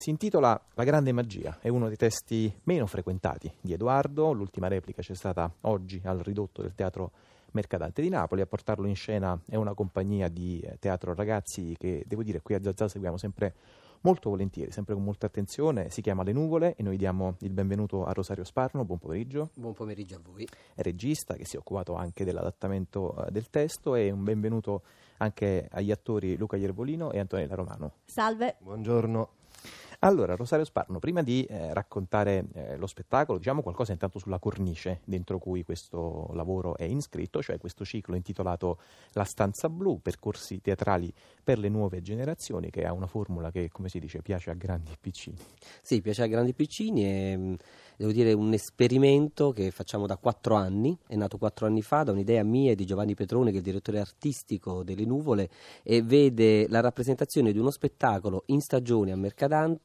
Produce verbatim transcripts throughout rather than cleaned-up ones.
Si intitola La grande magia, è uno dei testi meno frequentati di Edoardo. L'ultima replica c'è stata oggi al ridotto del Teatro Mercadante di Napoli. A portarlo in scena è una compagnia di teatro ragazzi che, devo dire, qui a Zazà seguiamo sempre molto volentieri, sempre con molta attenzione. Si chiama Le Nuvole e noi diamo il benvenuto a Rosario Sparno. Buon pomeriggio. Buon pomeriggio a voi. È regista che si è occupato anche dell'adattamento uh, del testo, e un benvenuto anche agli attori Luca Iervolino e Antonella Romano. Salve. Buongiorno. Allora, Rosario Sparno, prima di eh, raccontare eh, lo spettacolo, diciamo qualcosa intanto sulla cornice dentro cui questo lavoro è inscritto, cioè questo ciclo intitolato La Stanza Blu, percorsi teatrali per le nuove generazioni, che ha una formula che, come si dice, piace a grandi e piccini. Sì, piace a grandi e piccini, è, devo dire, un esperimento che facciamo da quattro anni, è nato quattro anni fa da un'idea mia e di Giovanni Petrone, che è il direttore artistico delle Nuvole, e vede la rappresentazione di uno spettacolo in stagione a Mercadante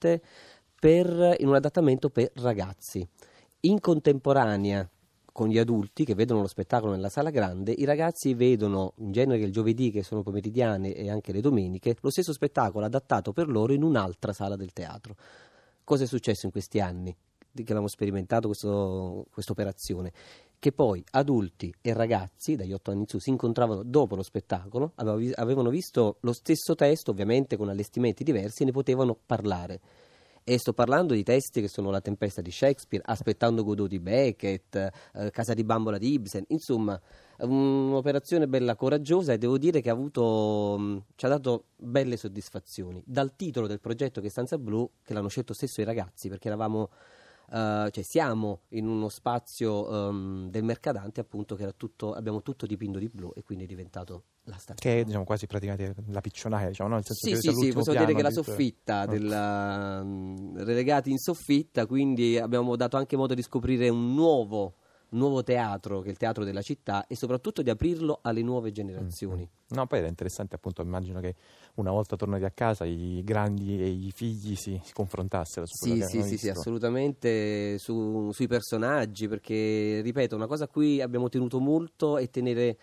per, in un adattamento per ragazzi. In contemporanea con gli adulti che vedono lo spettacolo nella sala grande, i ragazzi vedono, in genere il giovedì, che sono pomeridiane, e anche le domeniche, lo stesso spettacolo adattato per loro in un'altra sala del teatro. Cosa è successo in questi anni che abbiamo sperimentato questa operazione? Che poi adulti e ragazzi dagli otto anni in su si incontravano dopo lo spettacolo, avevano visto lo stesso testo, ovviamente con allestimenti diversi, e ne potevano parlare. E sto parlando di testi che sono La Tempesta di Shakespeare, Aspettando Godot di Beckett, eh, Casa di Bambola di Ibsen, insomma un'operazione bella coraggiosa, e devo dire che ha avuto, mh, ci ha dato belle soddisfazioni. Dal titolo del progetto, che è Stanza Blu, che l'hanno scelto stesso i ragazzi, perché eravamo Uh, cioè siamo in uno spazio um, del Mercadante, appunto, che era tutto, abbiamo tutto dipinto di blu, e quindi è diventato la stanza che è, diciamo, quasi praticamente la piccionaia, diciamo, no? Nel senso sì che sì sì, possiamo dire che la soffitta no. della, um, relegati in soffitta, quindi abbiamo dato anche modo di scoprire un nuovo nuovo teatro, che è il teatro della città, e soprattutto di aprirlo alle nuove generazioni. Mm-hmm. No, poi era interessante, appunto, immagino che una volta tornati a casa i grandi e i figli si, si confrontassero su sì, quello che sì, hanno sì, visto. sì, assolutamente, su, sui personaggi, perché, ripeto, una cosa a cui abbiamo tenuto molto è tenere,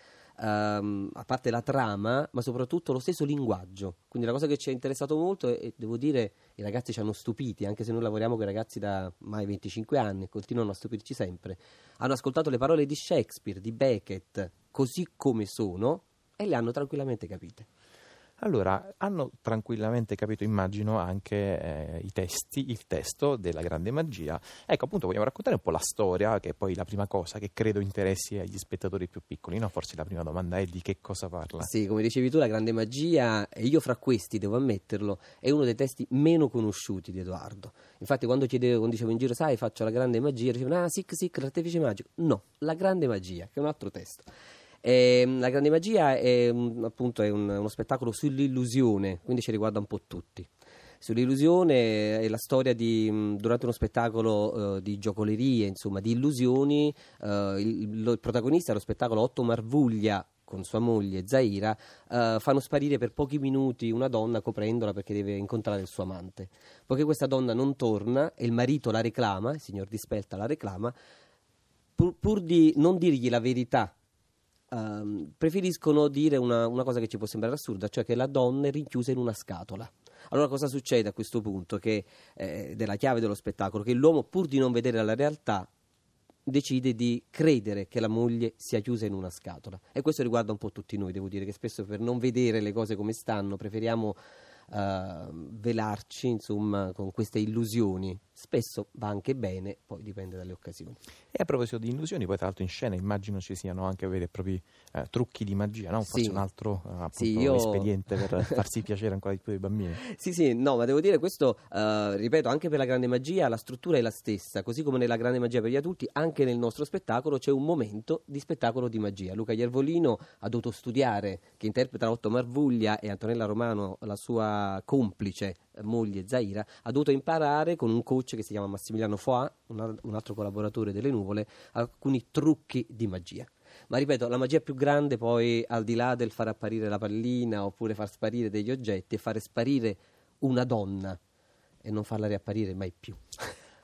um, a parte la trama, ma soprattutto lo stesso linguaggio. Quindi la cosa che ci è interessato molto, e devo dire, i ragazzi ci hanno stupiti, anche se noi lavoriamo con i ragazzi da mai venticinque anni, continuano a stupirci sempre. Hanno ascoltato le parole di Shakespeare, di Beckett, così come sono, e le hanno tranquillamente capite. Allora, hanno tranquillamente capito, immagino, anche eh, i testi, il testo della grande magia. Ecco, appunto, vogliamo raccontare un po' la storia, che è poi la prima cosa che credo interessi agli spettatori più piccoli, no? Forse la prima domanda è: di che cosa parla? Sì, come dicevi tu, la grande magia, e io fra questi devo ammetterlo, è uno dei testi meno conosciuti di Edoardo. Infatti quando chiedevo, quando dicevo in giro, sai, faccio la grande magia, dicevano, ah, sic sic, l'artefice magico. No, la grande magia, che è un altro testo. E, la grande magia è, appunto, è un, uno spettacolo sull'illusione, quindi ci riguarda un po' tutti. Sull'illusione è la storia di, durante uno spettacolo uh, di giocolerie, insomma, di illusioni. Uh, il, il protagonista dello spettacolo, Otto Marvuglia, con sua moglie Zaira, uh, fanno sparire per pochi minuti una donna coprendola perché deve incontrare il suo amante. Poiché questa donna non torna e il marito la reclama, il signor Dispelta la reclama, pur, pur di non dirgli la verità, Uh, preferiscono dire una, una cosa che ci può sembrare assurda, cioè che la donna è rinchiusa in una scatola. Allora cosa succede a questo punto? Che eh, della chiave dello spettacolo, che l'uomo, pur di non vedere la realtà, decide di credere che la moglie sia chiusa in una scatola. E questo riguarda un po' tutti noi, devo dire che spesso, per non vedere le cose come stanno, preferiamo uh, velarci, insomma, con queste illusioni. Spesso va anche bene, poi dipende dalle occasioni. E a proposito di illusioni, poi tra l'altro in scena immagino ci siano anche veri e propri eh, trucchi di magia, no? Forse sì. un altro eh, appunto, sì, io... espediente per farsi piacere ancora di più ai bambini. Sì, sì, no, ma devo dire questo, uh, ripeto, anche per la grande magia la struttura è la stessa, così come nella grande magia per gli adulti, anche nel nostro spettacolo c'è un momento di spettacolo di magia. Luca Iervolino ha dovuto studiare, che interpreta Otto Marvuglia, e Antonella Romano, la sua complice, moglie Zaira, ha dovuto imparare con un coach che si chiama Massimiliano Foà, un, un altro collaboratore delle Nuvole, alcuni trucchi di magia. Ma ripeto, la magia più grande poi, al di là del far apparire la pallina oppure far sparire degli oggetti, è fare sparire una donna e non farla riapparire mai più.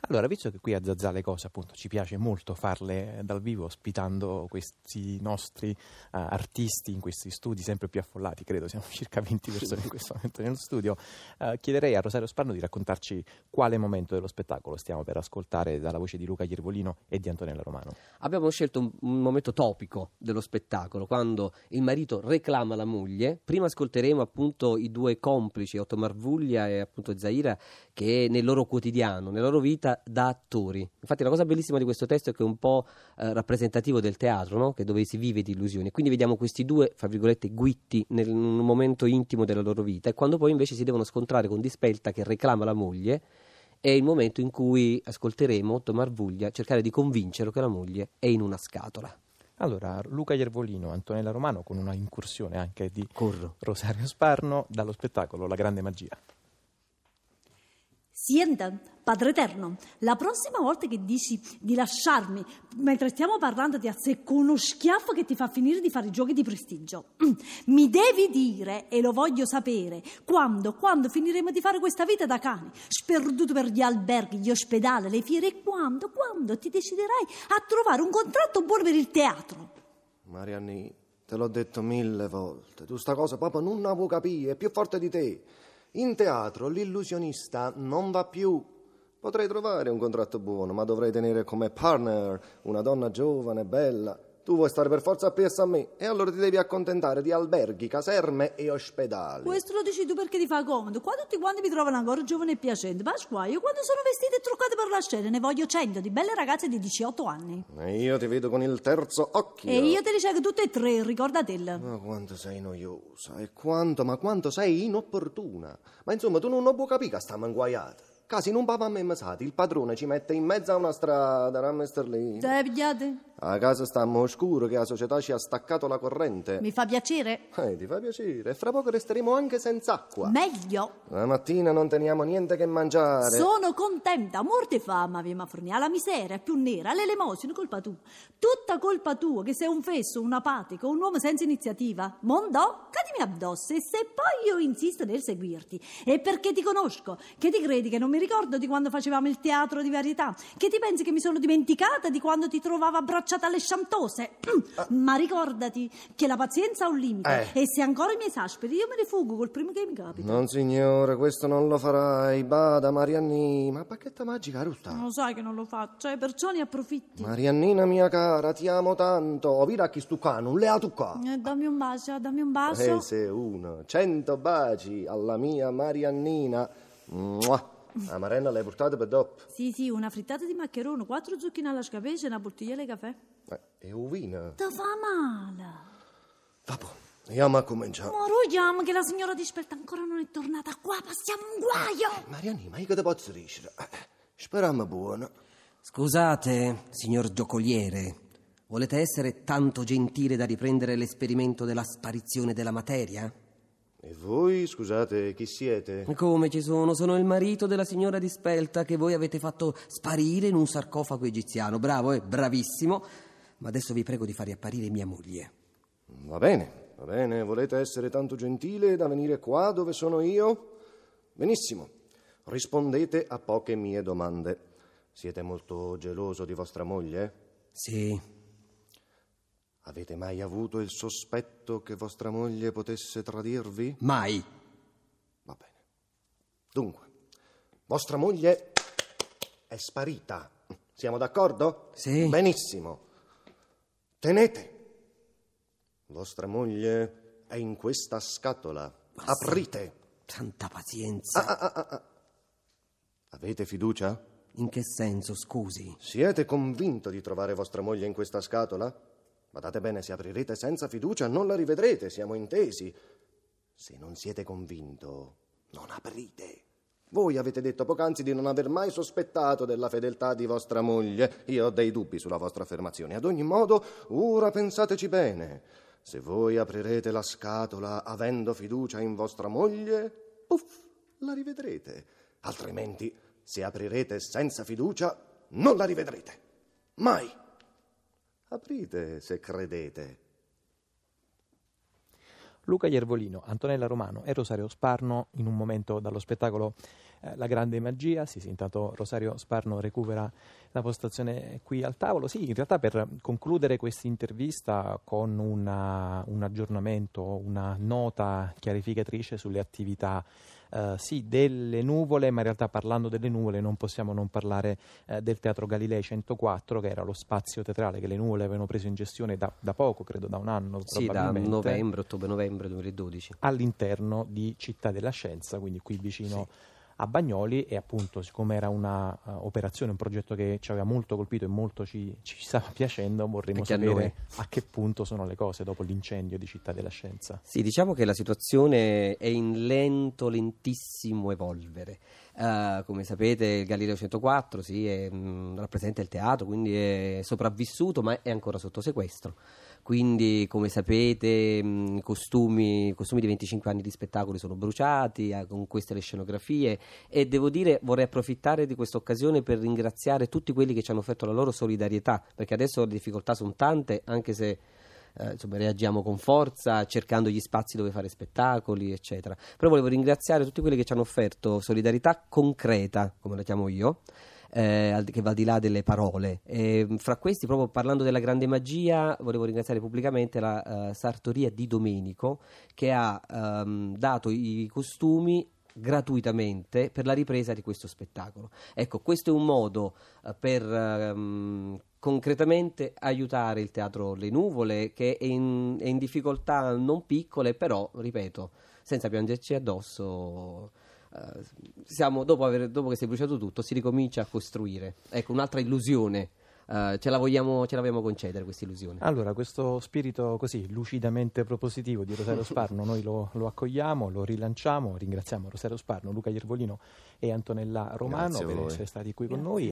Allora, visto che qui a Zazà le cose appunto ci piace molto farle dal vivo, ospitando questi nostri uh, artisti in questi studi sempre più affollati, credo siamo circa venti persone in questo momento nello studio, uh, chiederei a Rosario Sparno di raccontarci quale momento dello spettacolo stiamo per ascoltare dalla voce di Luca Iervolino e di Antonella Romano. Abbiamo scelto un, un momento topico dello spettacolo, quando il marito reclama la moglie. Prima ascolteremo appunto i due complici, Otto Marvuglia e appunto Zaira, che nel loro quotidiano, nella loro vita, da attori. Infatti la cosa bellissima di questo testo è che è un po' eh, rappresentativo del teatro, no? Che dove si vive di illusioni. Quindi vediamo questi due, fra virgolette, guitti nel, in un momento intimo della loro vita, e quando poi invece si devono scontrare con Dispelta che reclama la moglie, è il momento in cui ascolteremo Otto Marvuglia cercare di convincerlo che la moglie è in una scatola. Allora, Luca Iervolino, Antonella Romano, con una incursione anche di Corro. Rosario Sparno, dallo spettacolo La Grande Magia. Senta, Padre Eterno, la prossima volta che dici di lasciarmi mentre stiamo parlando ti azzecco uno schiaffo che ti fa finire di fare i giochi di prestigio. Mi devi dire, e lo voglio sapere, quando, quando finiremo di fare questa vita da cani, sperduto per gli alberghi, gli ospedali, le fiere, e quando, quando ti deciderai a trovare un contratto buono per il teatro. Marianni, te l'ho detto mille volte, tu sta cosa proprio non la vuoi capire, è più forte di te. In teatro l'illusionista non va più. Potrei trovare un contratto buono, ma dovrei tenere come partner una donna giovane, bella. Tu vuoi stare per forza appresso a me, e allora ti devi accontentare di alberghi, caserme e ospedali. Questo lo dici tu perché ti fa comodo. Qua tutti quanti mi trovano ancora giovane e piacente. Pasqua, io quando sono vestita e truccata per la scena ne voglio cento di belle ragazze di diciotto anni. E io ti vedo con il terzo occhio. E io te li cieco tutte e tre, ricordatela. Ma quanto sei noiosa, e quanto, ma quanto sei inopportuna. Ma insomma, tu non puoi capire che stiamo inguaiati. Casi non pava a me mesati, il padrone ci mette in mezzo a una strada, a mester lì. Te pigliate? A casa stiamo oscuro che la società ci ha staccato la corrente. Mi fa piacere? Eh, ti fa piacere. E fra poco resteremo anche senza acqua. Meglio. La mattina non teniamo niente che mangiare. Sono contenta, morte fama vi ma fornì alla miseria più nera, all'elemosina, colpa tua. Tutta colpa tua, che sei un fesso, un apatico, un uomo senza iniziativa. Mondò, cadimi addosso, e se poi io insisto nel seguirti, è perché ti conosco, che ti credi che non mi ricordo di quando facevamo il teatro di varietà, che ti pensi che mi sono dimenticata di quando ti trovavo abbracciata alle sciantose. Ah. Ma ricordati che la pazienza ha un limite, eh. e se ancora mi esasperi io me ne fuggo col primo che mi capita. Non signore, questo non lo farai. Bada, Marianni, ma bacchetta magica, rusta. Non lo sai che non lo faccio, e perciò ne approfitti. Mariannina mia cara, ti amo tanto. Vira chi stu qua, non le ha tu qua. Eh, dammi un bacio, dammi un bacio. E se uno, cento baci alla mia Mariannina. Mua. La marena l'hai portata per dopo? Sì, sì, una frittata di maccherone, quattro zucchine alla scapecia e una bottiglia di caffè. Eh, e un vino? Ti fa male. Vabbè, andiamo a cominciare. Ma rugliamo che la signora Dispelta ancora non è tornata qua, passiamo un guaio. Marianni, ma io che te posso dire? Eh, speriamo buono. Scusate, signor giocoliere, volete essere tanto gentile da riprendere l'esperimento della sparizione della materia? E voi, scusate, chi siete? Come ci sono? Sono il marito della signora Dispelta che voi avete fatto sparire in un sarcofago egiziano. Bravo, eh? Bravissimo. Ma adesso vi prego di far riapparire mia moglie. Va bene, va bene. Volete essere tanto gentile da venire qua dove sono io? Benissimo. Rispondete a poche mie domande. Siete molto geloso di vostra moglie? Sì. Avete mai avuto il sospetto che vostra moglie potesse tradirvi? Mai. Va bene. Dunque, vostra moglie è sparita. Siamo d'accordo? Sì. Benissimo. Tenete. Vostra moglie è in questa scatola. Ma Aprite. Tanta pazienza. Ah, ah, ah, ah. Avete fiducia? In che senso, scusi? Siete convinto di trovare vostra moglie in questa scatola? Badate bene, se aprirete senza fiducia non la rivedrete, siamo intesi. Se non siete convinto, non aprite. Voi avete detto poc'anzi di non aver mai sospettato della fedeltà di vostra moglie. Io ho dei dubbi sulla vostra affermazione. Ad ogni modo, ora pensateci bene. Se voi aprirete la scatola avendo fiducia in vostra moglie, puff, la rivedrete. Altrimenti, se aprirete senza fiducia, non la rivedrete. Mai. Aprite se credete. Luca Iervolino, Antonella Romano e Rosario Sparno in un momento dallo spettacolo eh, La grande magia. Sì, sì, intanto Rosario Sparno recupera la postazione qui al tavolo. Sì, in realtà per concludere questa intervista con una, un aggiornamento, una nota chiarificatrice sulle attività Uh, sì, delle nuvole, ma in realtà parlando delle nuvole non possiamo non parlare uh, del Teatro Galilei centoquattro, che era lo spazio teatrale che le nuvole avevano preso in gestione da, da poco, credo da un anno sì, probabilmente. Da novembre, ottobre-novembre duemiladodici. All'interno di Città della Scienza, quindi qui vicino sì. a Bagnoli, e appunto siccome era una uh, operazione, un progetto che ci aveva molto colpito e molto ci, ci stava piacendo, vorremmo Anche sapere a, a che punto sono le cose dopo l'incendio di Città della Scienza. Sì, diciamo che la situazione è in lento, lentissimo evolvere. Uh, come sapete il Galileo centoquattro sì, è, mh, rappresenta il teatro, quindi è sopravvissuto, ma è ancora sotto sequestro. Quindi, come sapete, mh, costumi, costumi di venticinque anni di spettacoli sono bruciati, eh, con queste le scenografie, e devo dire, vorrei approfittare di questa occasione per ringraziare tutti quelli che ci hanno offerto la loro solidarietà, perché adesso le difficoltà sono tante, anche se eh, insomma, reagiamo con forza, cercando gli spazi dove fare spettacoli, eccetera. Però volevo ringraziare tutti quelli che ci hanno offerto solidarietà concreta, come la chiamo io, Eh, che va al di là delle parole. E, fra questi, proprio parlando della grande magia, volevo ringraziare pubblicamente la uh, sartoria di Domenico, che ha um, dato i costumi gratuitamente per la ripresa di questo spettacolo. Ecco, questo è un modo uh, per um, concretamente aiutare il Teatro Le Nuvole, che è in, è in difficoltà non piccole, però, ripeto, senza piangerci addosso. Uh, siamo, dopo, aver, dopo che si è bruciato tutto, si ricomincia a costruire. Ecco, un'altra illusione. Uh, ce la vogliamo, ce la vogliamo concedere questa illusione. Allora, questo spirito così lucidamente propositivo di Rosario Sparno noi lo, lo accogliamo, lo rilanciamo. Ringraziamo Rosario Sparno, Luca Iervolino e Antonella Romano per essere stati qui con Grazie. noi.